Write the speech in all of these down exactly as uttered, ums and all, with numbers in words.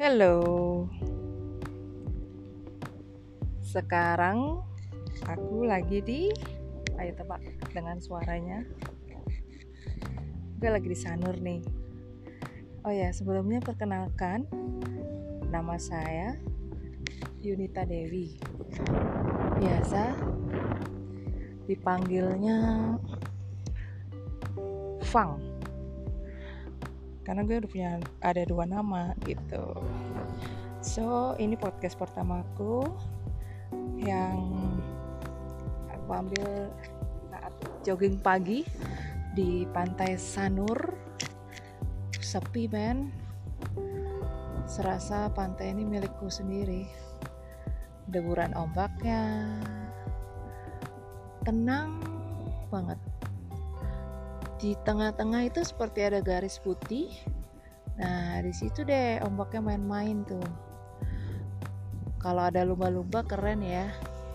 Halo, sekarang aku lagi di, ayo tebak dengan suaranya. Gue lagi di Sanur nih. Oh ya, sebelumnya perkenalkan, nama saya Yunita Dewi. Biasa dipanggilnya Fang, karena gue udah punya ada dua nama gitu. So ini podcast pertamaku yang aku ambil saat jogging pagi di pantai Sanur. Sepi men, serasa pantai ini milikku sendiri. Deburan ombaknya tenang banget. Di tengah-tengah itu seperti ada garis putih. Nah di situ deh ombaknya main-main tuh. Kalau ada lumba-lumba keren ya.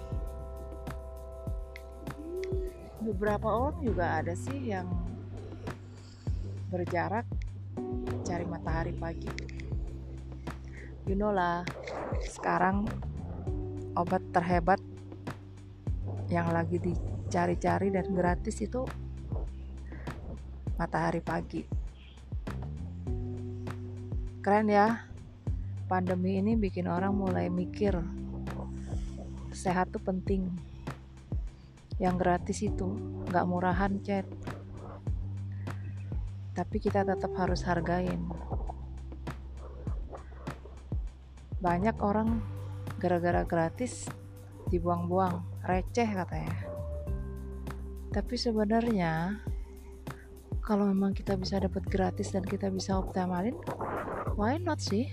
Beberapa orang juga ada sih yang berjarak cari matahari pagi. You know lah, sekarang obat terhebat yang lagi dicari-cari dan gratis itu matahari pagi. Keren ya, pandemi ini bikin orang mulai mikir sehat tuh penting. Yang gratis itu gak murahan chat, tapi kita tetap harus hargain. Banyak orang gara-gara gratis dibuang-buang, receh katanya. Tapi sebenarnya kalau memang kita bisa dapat gratis dan kita bisa optimalin, why not sih?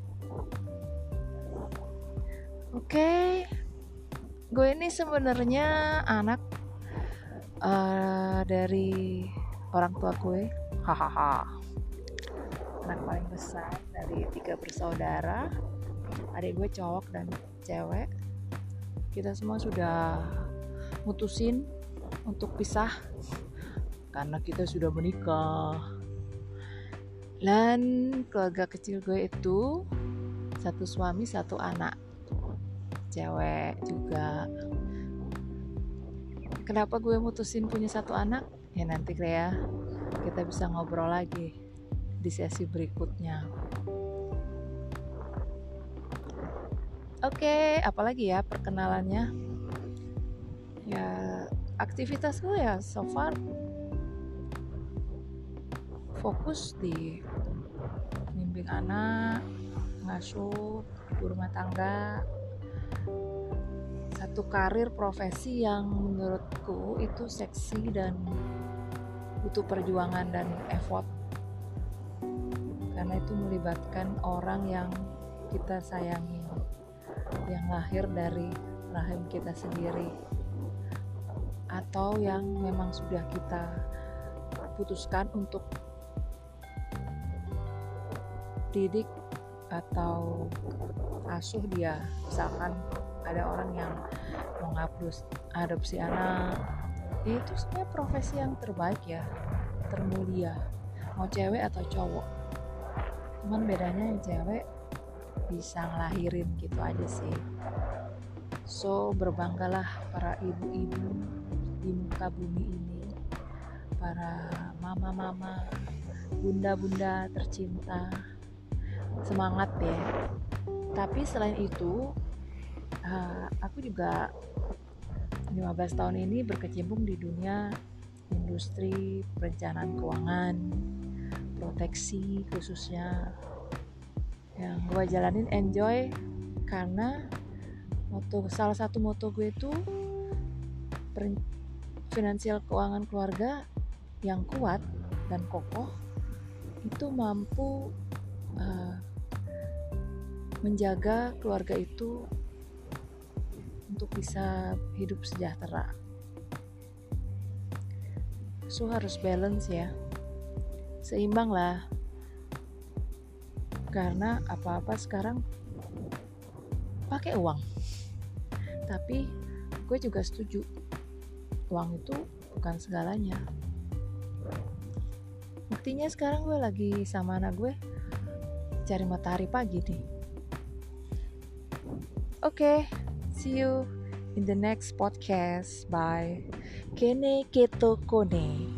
Oke, okay. Gue ini sebenarnya anak uh, dari orang tua gue, hahaha. Anak paling besar dari tiga bersaudara. Adik gue cowok dan cewek. Kita semua sudah mutusin untuk pisah karena kita sudah menikah. Dan keluarga kecil gue itu satu suami satu anak, cewek juga. Kenapa gue mutusin punya satu anak? Ya nanti ya kita bisa ngobrol lagi di sesi berikutnya. Oke, apalagi ya perkenalannya? Ya aktivitas gue ya so far fokus di bimbing anak, ngasuh, ibu rumah tangga. Satu karir profesi yang menurutku itu seksi dan butuh perjuangan dan effort, karena itu melibatkan orang yang kita sayangi, yang lahir dari rahim kita sendiri atau yang memang sudah kita putuskan untuk didik atau asuh dia. Misalkan ada orang yang mau ngapus adopsi anak, ya itu sebenarnya profesi yang terbaik ya, termulia, mau cewek atau cowok. Cuman bedanya yang cewek bisa ngelahirin gitu aja sih. So berbanggalah para ibu-ibu di muka bumi ini, para mama-mama, bunda-bunda tercinta, semangat ya. Tapi selain itu uh, aku juga lima belas tahun ini berkecimpung di dunia industri perencanaan keuangan, proteksi khususnya, yang gue jalanin enjoy karena moto, salah satu moto gue itu per, finansial keuangan keluarga yang kuat dan kokoh itu mampu uh, menjaga keluarga itu untuk bisa hidup sejahtera. So harus balance ya, seimbang lah, karena apa-apa sekarang pakai uang. Tapi gue juga setuju, uang itu bukan segalanya. Buktinya sekarang gue lagi sama anak gue, cari matahari pagi nih. Oke, okay, see you in the next podcast. Bye. Kene keto kone.